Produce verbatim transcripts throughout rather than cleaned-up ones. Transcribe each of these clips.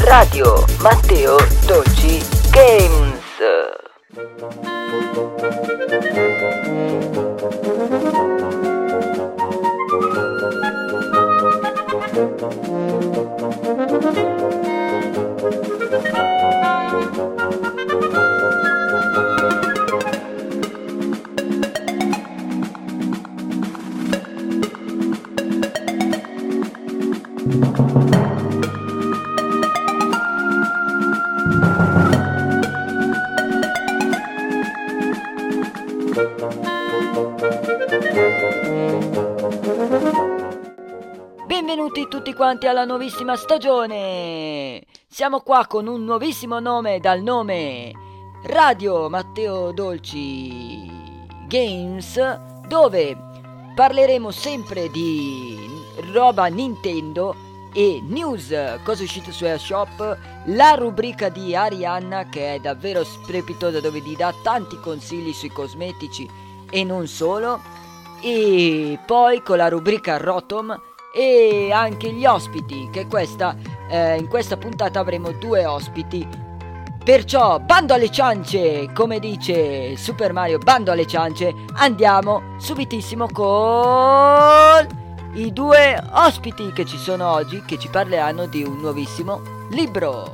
Radio Matteo Dolci Games. Benvenuti tutti quanti alla nuovissima stagione. Siamo qua con un nuovissimo nome dal nome Radio Matteo Dolci Games, dove parleremo sempre di roba Nintendo e news, cosa è uscito su eShop, la rubrica di Arianna che è davvero strepitosa, dove vi dà tanti consigli sui cosmetici e non solo, e poi con la rubrica Rotom e anche gli ospiti, che questa eh, in questa puntata avremo due ospiti. Perciò bando alle ciance, come dice Super Mario, bando alle ciance. Andiamo subitissimo con i due ospiti che ci sono oggi, che ci parleranno di un nuovissimo libro.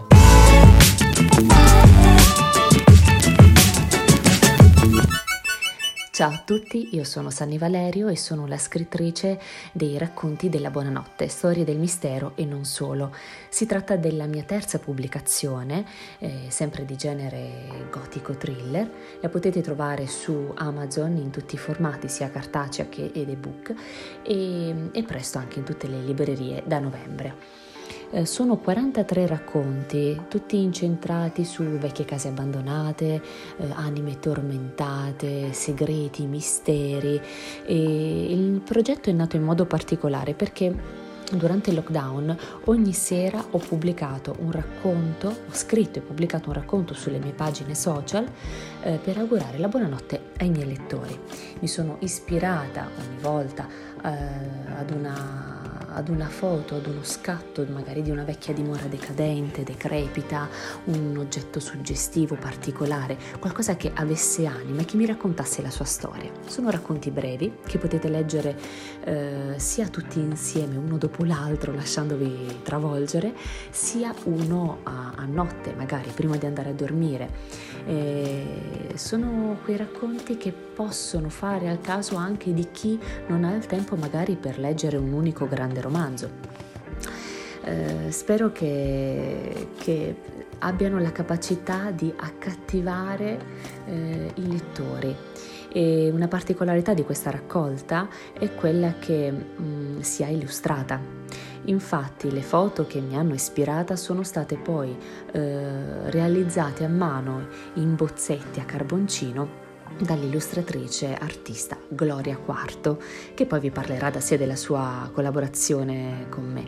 Ciao a tutti, io sono Sanni Valerio e sono la scrittrice dei Racconti della Buonanotte, storie del mistero e non solo. Si tratta della mia terza pubblicazione, eh, sempre di genere gotico thriller. La potete trovare su Amazon in tutti i formati, sia cartacea che ed ebook, e, e presto anche in tutte le librerie da novembre. Eh, sono quarantatré racconti, tutti incentrati su vecchie case abbandonate, eh, anime tormentate, segreti, misteri. E il progetto è nato in modo particolare perché durante il lockdown ogni sera ho pubblicato un racconto, ho scritto e pubblicato un racconto sulle mie pagine social eh, per augurare la buonanotte ai miei lettori. Mi sono ispirata ogni volta eh, ad una ad una foto, ad uno scatto magari di una vecchia dimora decadente, decrepita, un oggetto suggestivo, particolare, qualcosa che avesse anima e che mi raccontasse la sua storia. Sono racconti brevi che potete leggere eh, sia tutti insieme, uno dopo l'altro, lasciandovi travolgere, sia uno a, a notte, magari prima di andare a dormire. E sono quei racconti che possono fare al caso anche di chi non ha il tempo magari per leggere un unico grande romanzo. Eh, spero che, che abbiano la capacità di accattivare eh, i lettori. E una particolarità di questa raccolta è quella che mh, sia illustrata. Infatti le foto che mi hanno ispirata sono state poi eh, realizzate a mano in bozzetti a carboncino dall'illustratrice artista Gloria Quarto, che poi vi parlerà da sé della sua collaborazione con me.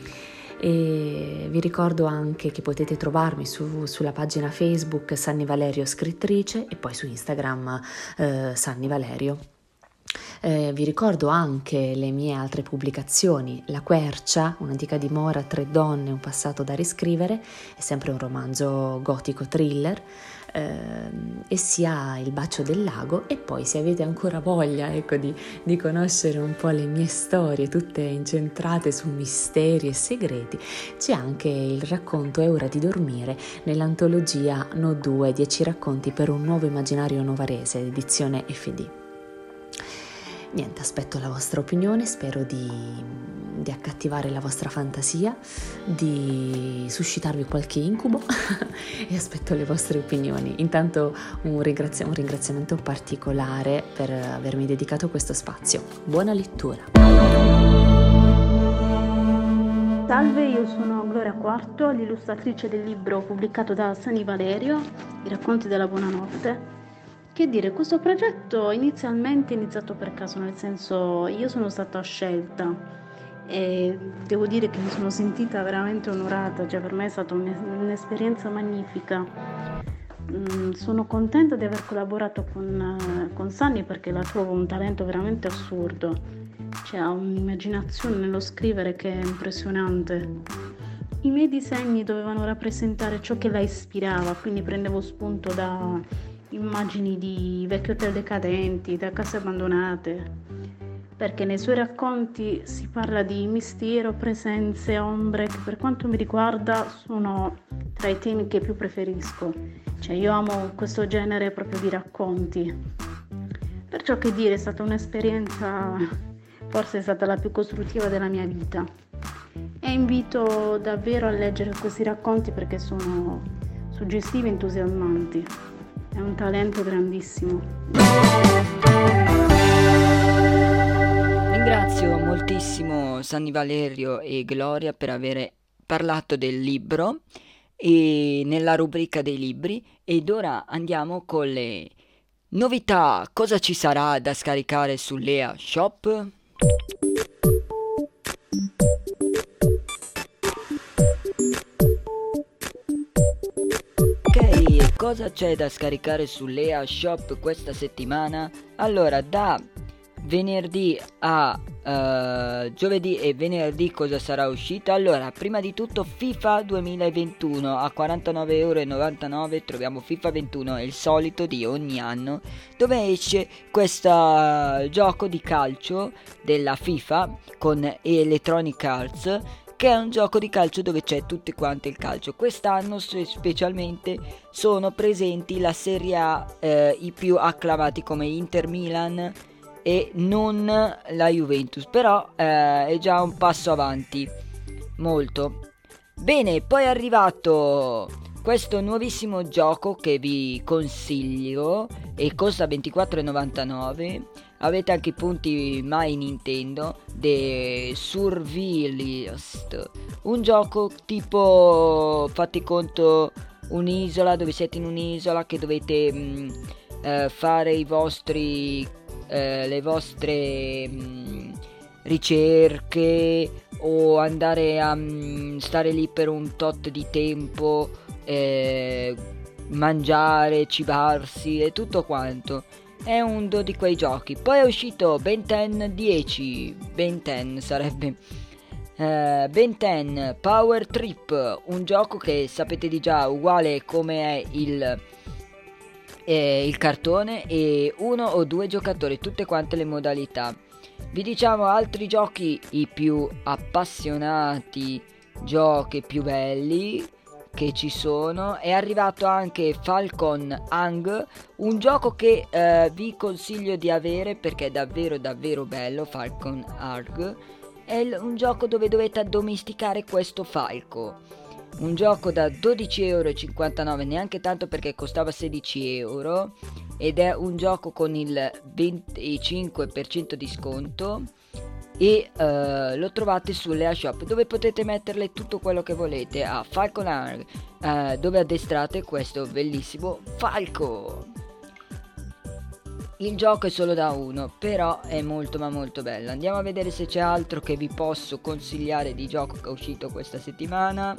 E vi ricordo anche che potete trovarmi su, sulla pagina Facebook Sanni Valerio scrittrice e poi su Instagram eh, Sanni Valerio. Eh, vi ricordo anche le mie altre pubblicazioni: La Quercia, un'antica dimora, tre donne, un passato da riscrivere, è sempre un romanzo gotico thriller, eh, e sia Il bacio del lago. E poi, se avete ancora voglia ecco, di, di conoscere un po' le mie storie, tutte incentrate su misteri e segreti, c'è anche il racconto È ora di dormire nell'antologia No due, dieci racconti per un nuovo immaginario novarese, edizione F D. Niente, aspetto la vostra opinione, spero di, di accattivare la vostra fantasia, di suscitarvi qualche incubo e aspetto le vostre opinioni. Intanto un, ringrazi- un ringraziamento particolare per avermi dedicato questo spazio. Buona lettura! Salve, io sono Gloria Quarto, l'illustratrice del libro pubblicato da Sanni Valerio, I racconti della buonanotte. Che dire, questo progetto inizialmente è iniziato per caso, nel senso io sono stata scelta e devo dire che mi sono sentita veramente onorata, cioè per me è stata un'esperienza magnifica. Mm, sono contenta di aver collaborato con, con Sanni perché la trovo un talento veramente assurdo, cioè ha un'immaginazione nello scrivere che è impressionante. i miei disegni dovevano rappresentare ciò che la ispirava, quindi prendevo spunto da immagini di vecchi hotel decadenti, da case abbandonate, perché nei suoi racconti si parla di mistero, presenze, ombre, che per quanto mi riguarda sono tra i temi che più preferisco. Cioè io amo questo genere proprio di racconti. Perciò che dire, è stata un'esperienza, forse è stata la più costruttiva della mia vita. E invito davvero a leggere questi racconti perché sono suggestivi e entusiasmanti. È un talento grandissimo. Ringrazio moltissimo Sanni Valerio e Gloria per aver parlato del libro e nella rubrica dei libri, ed ora andiamo con le novità. Cosa ci sarà da scaricare sull'E A Shop? Ok, cosa c'è da scaricare sull'E A Shop questa settimana? Allora, da venerdì a uh, giovedì e venerdì cosa sarà uscito? Allora, prima di tutto FIFA duemilaventuno a quarantanove e novantanove euro troviamo FIFA ventuno, è il solito di ogni anno, dove esce questo uh, gioco di calcio della FIFA con Electronic Arts, che è un gioco di calcio dove c'è tutti quanti il calcio. Quest'anno specialmente sono presenti la Serie A, eh, i più acclamati come Inter Milan e non la Juventus, però eh, è già un passo avanti, molto. Bene, poi è arrivato questo nuovissimo gioco che vi consiglio e costa ventiquattro e novantanove. Avete anche i punti My Nintendo, The Survivalist, un gioco tipo, fate conto, un'isola dove siete in un'isola che dovete mh, eh, fare i vostri eh, le vostre mh, ricerche o andare a mh, stare lì per un tot di tempo, eh, mangiare, cibarsi e tutto quanto. È uno di quei giochi. Poi è uscito Ben dieci dieci, Ben dieci sarebbe uh, Ben dieci Power Trip, un gioco che sapete di già uguale come è il, eh, il cartone, e uno o due giocatori, tutte quante le modalità. Vi diciamo altri giochi, i più appassionati, giochi più belli che ci sono. È arrivato anche Falcon Hang, un gioco che eh, vi consiglio di avere perché è davvero davvero bello. Falcon Hang è l- un gioco dove dovete addomesticare questo falco, un gioco da dodici e cinquantanove euro, neanche tanto perché costava sedici euro, ed è un gioco con il venticinque per cento di sconto e uh, lo trovate sull'E A Shop, dove potete metterle tutto quello che volete a Falcon Hang, uh, dove addestrate questo bellissimo falco. Il gioco è solo da uno, però è molto ma molto bello. Andiamo a vedere se c'è altro che vi posso consigliare di gioco che è uscito questa settimana.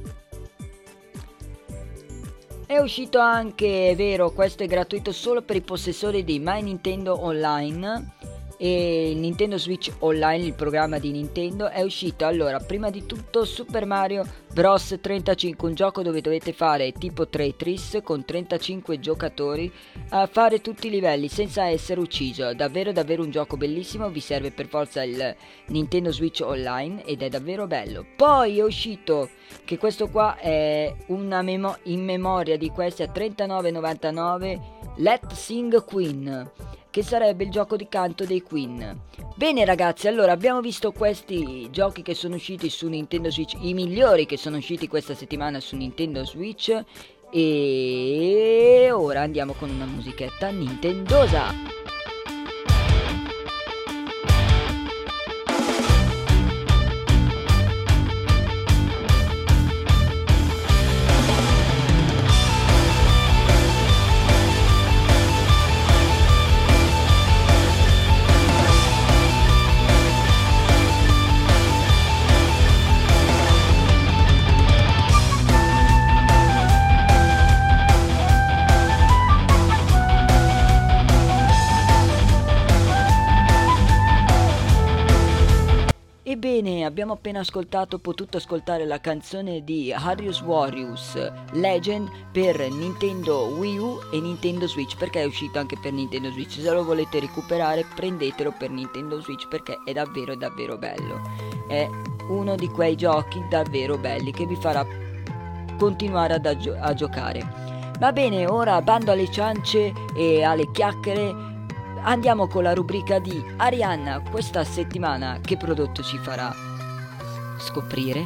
È uscito anche, è vero, questo è gratuito solo per i possessori di My Nintendo Online e Nintendo Switch Online, il programma di Nintendo. È uscito, allora, prima di tutto Super Mario Bros trentacinque, un gioco dove dovete fare tipo Tetris con trentacinque giocatori a fare tutti i livelli senza essere ucciso. Davvero davvero un gioco bellissimo, vi serve per forza il Nintendo Switch Online ed è davvero bello. Poi è uscito, che questo qua è una memo- in memoria di questi a trentanove e novantanove, Let's Sing Queen, che sarebbe il gioco di canto dei Queen. Bene ragazzi, allora abbiamo visto questi giochi che sono usciti su Nintendo Switch, i migliori che sono usciti questa settimana su Nintendo Switch, e ora andiamo con una musichetta nintendosa. abbiamo appena ascoltato, potuto ascoltare la canzone di Harrius Warriors Legend per Nintendo Wii U e Nintendo Switch, perché è uscito anche per Nintendo Switch. Se lo volete recuperare, prendetelo per Nintendo Switch, perché è davvero davvero bello. È uno di quei giochi davvero belli che vi farà continuare ad aggi- a giocare. Va bene, ora bando alle ciance e alle chiacchiere. Andiamo con la rubrica di Arianna. Questa settimana che prodotto ci farà scoprire?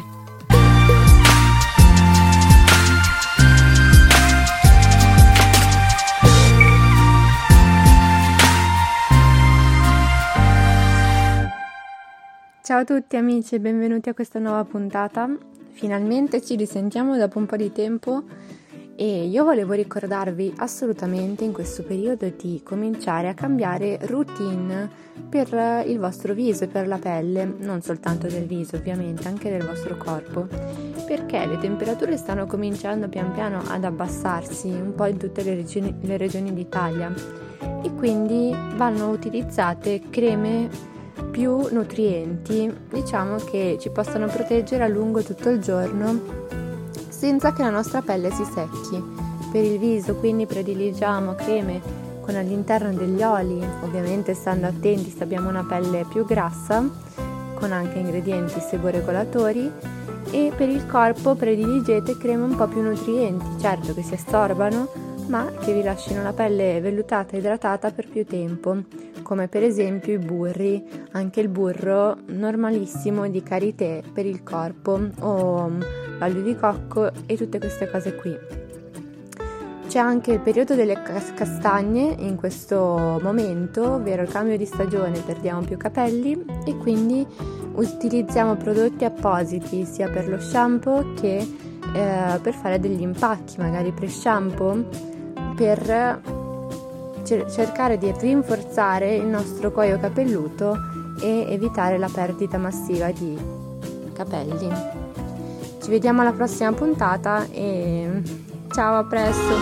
Ciao a tutti amici e benvenuti a questa nuova puntata. Finalmente ci risentiamo dopo un po' di tempo e io volevo ricordarvi assolutamente in questo periodo di cominciare a cambiare routine per il vostro viso e per la pelle, non soltanto del viso ovviamente, anche del vostro corpo, perché le temperature stanno cominciando pian piano ad abbassarsi un po' in tutte le regioni, le regioni d'Italia e quindi vanno utilizzate creme più nutrienti, diciamo che ci possano proteggere a lungo tutto il giorno senza che la nostra pelle si secchi. Per il viso quindi prediligiamo creme con all'interno degli oli, ovviamente stando attenti se abbiamo una pelle più grassa, con anche ingredienti seboregolatori, e per il corpo prediligete creme un po' più nutrienti, certo che si assorbano, ma che vi lasciano la pelle vellutata e idratata per più tempo, come per esempio i burri, anche il burro normalissimo di karité per il corpo o l'olio di cocco e tutte queste cose qui. C'è anche il periodo delle castagne in questo momento, ovvero il cambio di stagione, perdiamo più capelli e quindi utilizziamo prodotti appositi sia per lo shampoo che eh, per fare degli impacchi, magari pre-shampoo, per cercare di rinforzare il nostro cuoio capelluto e evitare la perdita massiva di capelli. Ci vediamo alla prossima puntata e ciao, a presto!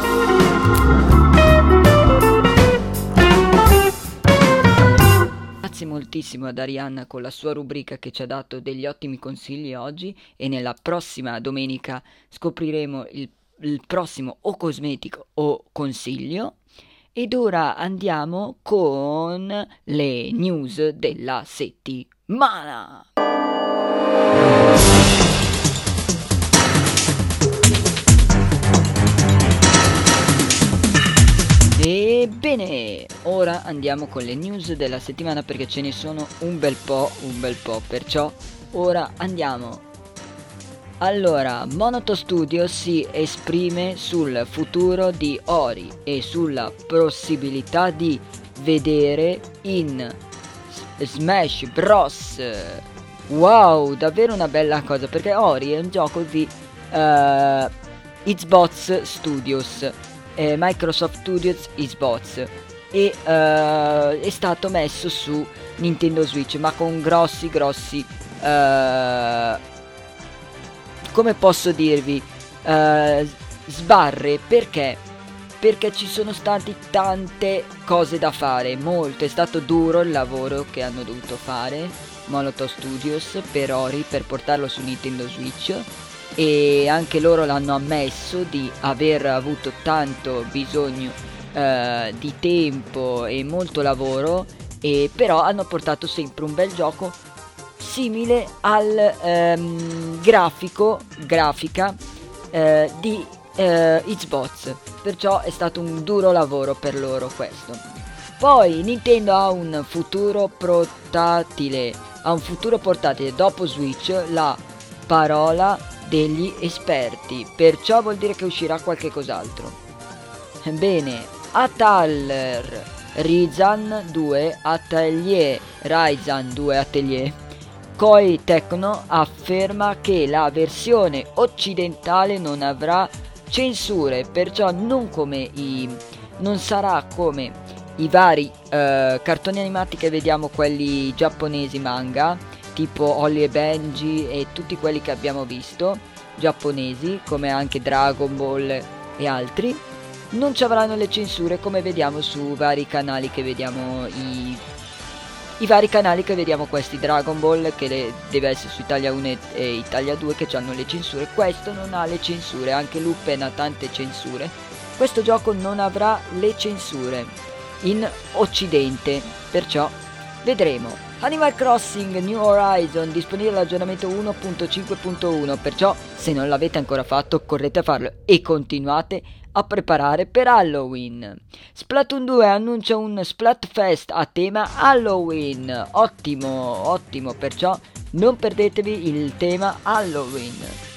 Grazie moltissimo ad Arianna con la sua rubrica che ci ha dato degli ottimi consigli oggi, e nella prossima domenica scopriremo il, il prossimo o cosmetico o consiglio. Ed ora andiamo con le news della settimana. Ebbene, ora andiamo con le news della settimana perché ce ne sono un bel po', un bel po', perciò ora andiamo. Allora, Monoto Studio si esprime sul futuro di Ori e sulla possibilità di vedere in Smash Bros. Wow, davvero una bella cosa, perché Ori è un gioco di uh, Xbox Studios, eh, Microsoft Studios Xbox, e uh, è stato messo su Nintendo Switch, ma con grossi grossi uh, come posso dirvi uh, sbarre. Perché? Perché ci sono state tante cose da fare, molto, è stato duro il lavoro che hanno dovuto fare Monoto Studios per Ori, per portarlo su Nintendo Switch, e anche loro l'hanno ammesso di aver avuto tanto bisogno uh, di tempo e molto lavoro, e però hanno portato sempre un bel gioco simile al um, grafico grafica uh, di uh, Xbox, perciò è stato un duro lavoro per loro questo. Poi Nintendo ha un futuro portatile, ha un futuro portatile dopo Switch, la parola degli esperti, perciò vuol dire che uscirà qualche cos'altro. Bene, Ataller Ryzen due Atelier Ryzen due Atelier Koei Tecno afferma che la versione occidentale non avrà censure, perciò non come i non sarà come i vari uh, cartoni animati che vediamo, quelli giapponesi manga, tipo Holly e Benji e tutti quelli che abbiamo visto giapponesi, come anche Dragon Ball e altri. Non ci avranno le censure come vediamo su vari canali che vediamo i i vari canali che vediamo, questi Dragon Ball che le, deve essere su Italia uno e, e Italia due, che hanno le censure. Questo non ha le censure, anche Lupin ha tante censure. Questo gioco non avrà le censure in occidente, perciò vedremo. Animal Crossing New Horizon, disponibile all'aggiornamento uno punto cinque punto uno, perciò se non l'avete ancora fatto correte a farlo e continuate a preparare per Halloween. Splatoon due annuncia un Splatfest a tema Halloween, ottimo, ottimo, perciò non perdetevi il tema Halloween.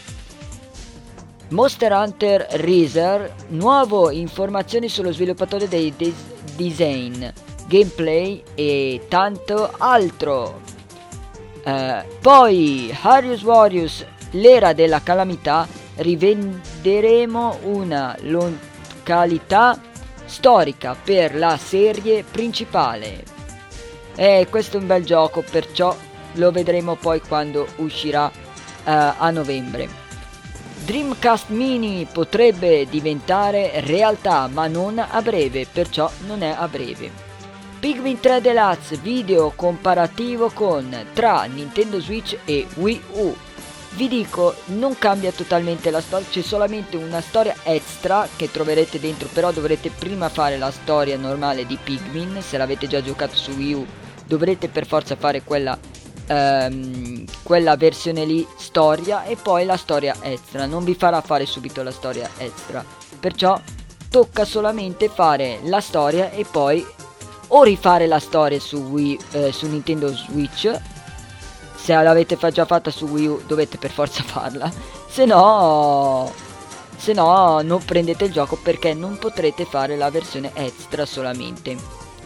Monster Hunter Rise, nuovo, informazioni sullo sviluppatore dei des- design, gameplay e tanto altro. Uh, poi Harrius Warriors, l'era della calamità, rivenderemo una località storica per la serie principale. E questo è un bel gioco, perciò lo vedremo poi quando uscirà uh, a novembre. Dreamcast Mini potrebbe diventare realtà, ma non a breve, perciò non è a breve. Pikmin tre Deluxe, video comparativo con tra Nintendo Switch e Wii U. Vi dico, non cambia totalmente la storia, c'è solamente una storia extra che troverete dentro, però dovrete prima fare la storia normale di Pikmin. Se l'avete già giocato su Wii U dovrete per forza fare quella, ehm, quella versione lì, storia, e poi la storia extra. Non vi farà fare subito la storia extra, perciò tocca solamente fare la storia e poi o rifare la storia su, Wii, eh, su Nintendo Switch. Se l'avete già fatta su Wii U dovete per forza farla, se no, se no non prendete il gioco, perché non potrete fare la versione extra solamente.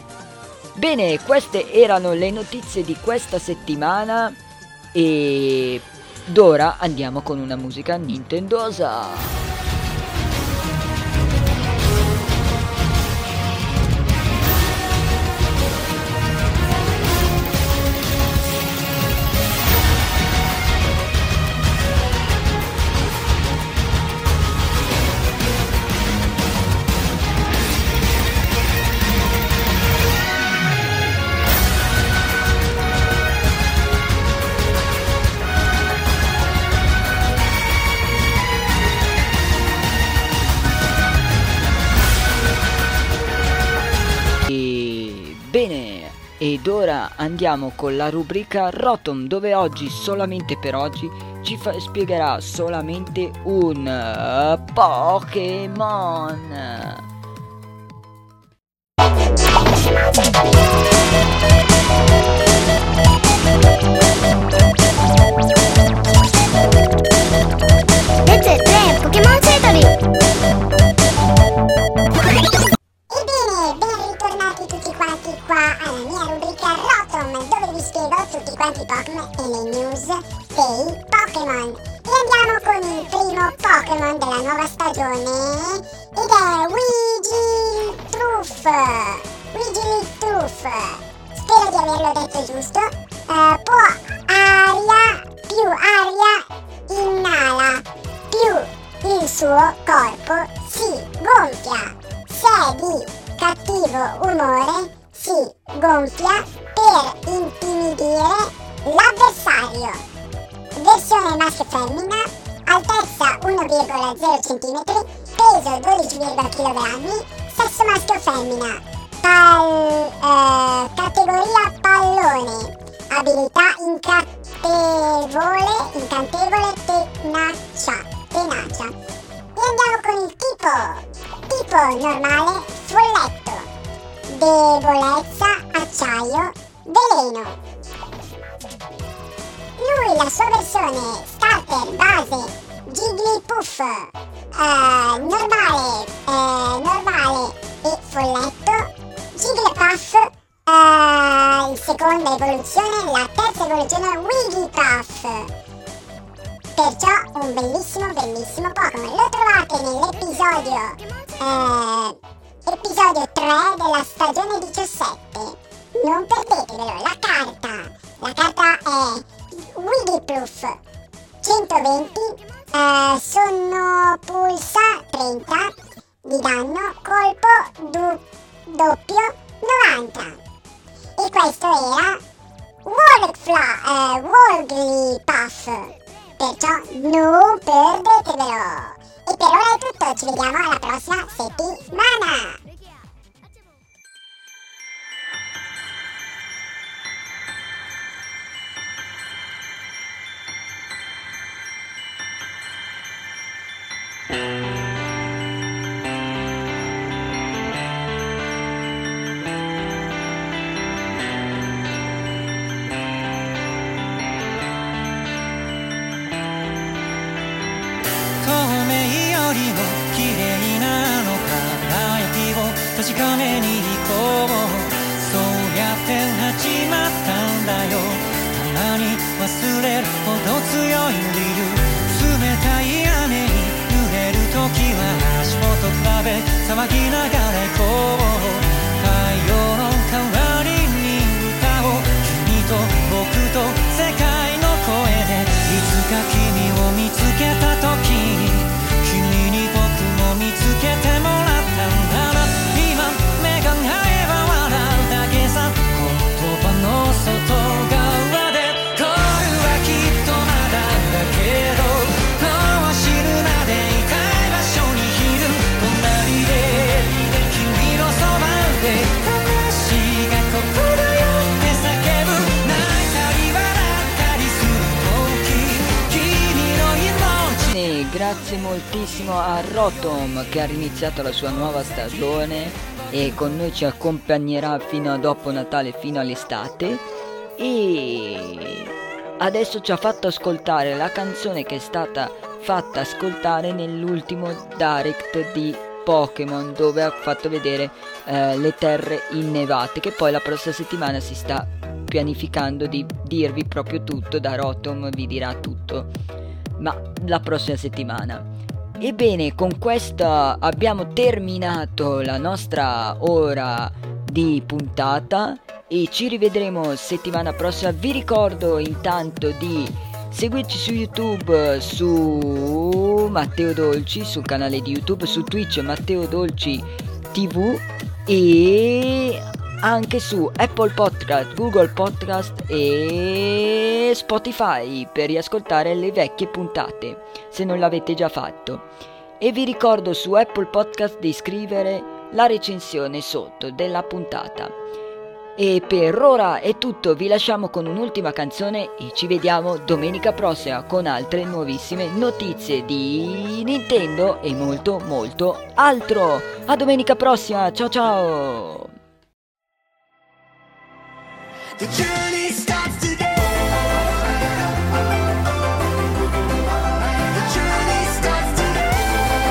Bene, queste erano le notizie di questa settimana e d'ora andiamo con una musica nintendosa. Bene, ed ora andiamo con la rubrica Rotom, dove oggi, solamente per oggi, ci fa- spiegherà solamente un uh, Pokémon. Let's play Pokémon Century! Qua alla mia rubrica Rotom, dove vi spiego tutti quanti Pokémon e le news dei Pokémon. E andiamo con il primo Pokémon della nuova stagione ed è Wigilytuff. Wigilytuff, spero di averlo detto giusto. Uh, può aria, più aria inala, più il suo corpo si gonfia. Se è di cattivo umore si gonfia per intimidire l'avversario. Versione maschio e femmina, altezza uno virgola zero centimetri, peso dodici virgola chilogrammi, sesso maschio o femmina, Pal, eh, categoria pallone, abilità incantevole, incantevole tenacia, tenacia. E andiamo con il tipo, tipo normale, folletto. Debolezza, acciaio, veleno. Lui, la sua versione starter base Jigglypuff, eh, normale, eh, normale e folletto. Jigglypuff, eh, il seconda evoluzione, la terza evoluzione Wigglytuff. Perciò un bellissimo, bellissimo Pokémon. Lo trovate nell'episodio eh, Episodio tre della stagione diciassette. Non perdetevelo. La carta La carta è Wigglypuff centoventi, eh, sonno pulsa trenta di danno, colpo du- doppio novanta. E questo era Wargfla- eh, Warglypuff, perciò non perdetevelo. E per ora è tutto, ci vediamo alla prossima settimana. 確かめに行こう、そうやって始まったんだよ。たまに忘れるほど強い理由、冷たい雨に濡れるときは足元比べ騒ぎながら行こう。太陽の代わりに歌を、君と僕と世界の声で、いつか君を見つけたときに君に僕も見つけてもらったんだな。目が合えば笑うだけさ、言葉の外側で恋はきっとまだだけど、もう死ぬまでいたい場所にいる隣で、君のそばで私がここだよって叫ぶ。泣いたり笑ったりする時、君の命。 Grazie moltissimo a Rotom che ha iniziato la sua nuova stagione e con noi ci accompagnerà fino a dopo Natale, fino all'estate, e adesso ci ha fatto ascoltare la canzone che è stata fatta ascoltare nell'ultimo direct di Pokémon, dove ha fatto vedere eh, le terre innevate, che poi la prossima settimana si sta pianificando di dirvi proprio tutto. Da Rotom vi dirà tutto, ma la prossima settimana. Ebbene, con questo abbiamo terminato la nostra ora di puntata e ci rivedremo settimana prossima. Vi ricordo intanto di seguirci su YouTube, su Matteo Dolci, sul canale di YouTube, su Twitch Matteo Dolci tivù, e anche su Apple Podcast, Google Podcast e Spotify per riascoltare le vecchie puntate, se non l'avete già fatto. E vi ricordo su Apple Podcast di scrivere la recensione sotto della puntata. E per ora è tutto, vi lasciamo con un'ultima canzone e ci vediamo domenica prossima con altre nuovissime notizie di Nintendo e molto molto altro. A domenica prossima, ciao ciao! The journey starts today. The journey starts today.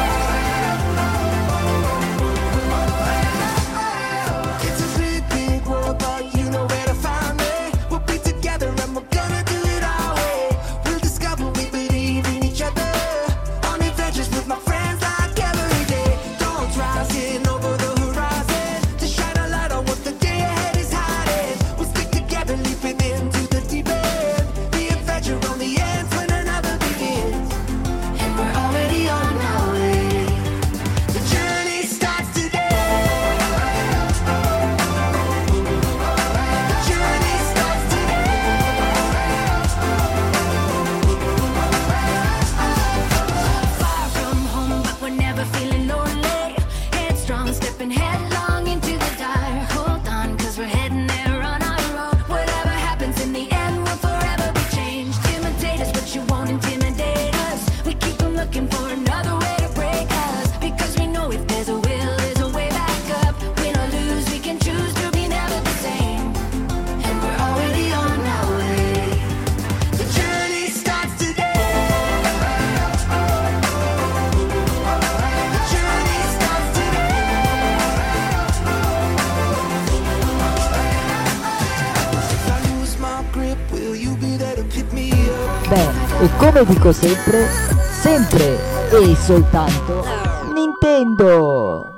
It's a big, big world, but you know where to find me. We'll be together and we're gonna do it our way. We'll discover we believe in each other. On adventures with my friends like every day. Dawn's rising over the horizon to shine a light on what the day ahead is hiding. We'll stick together, leaping into the deep end. The adventure only ends when another begins, and we're already on our way. The journey starts today. The journey starts today. Far from home, but we're never feeling lonely. Headstrong, stepping headlong into the dark. Hold on, cause we're heading there on our own. Whatever happens in the end will forever be changed. Imitate us, but you won't intimidate us. We keep on looking for another way to break us, because we know if there's a will, there's a way back up. Win or lose, we can choose to be never the same, and we're already on our way. The journey starts today. The journey starts today. If I lose my grip, will you be there to pick me up? Beh, e come dico sempre, sempre e soltanto Nintendo!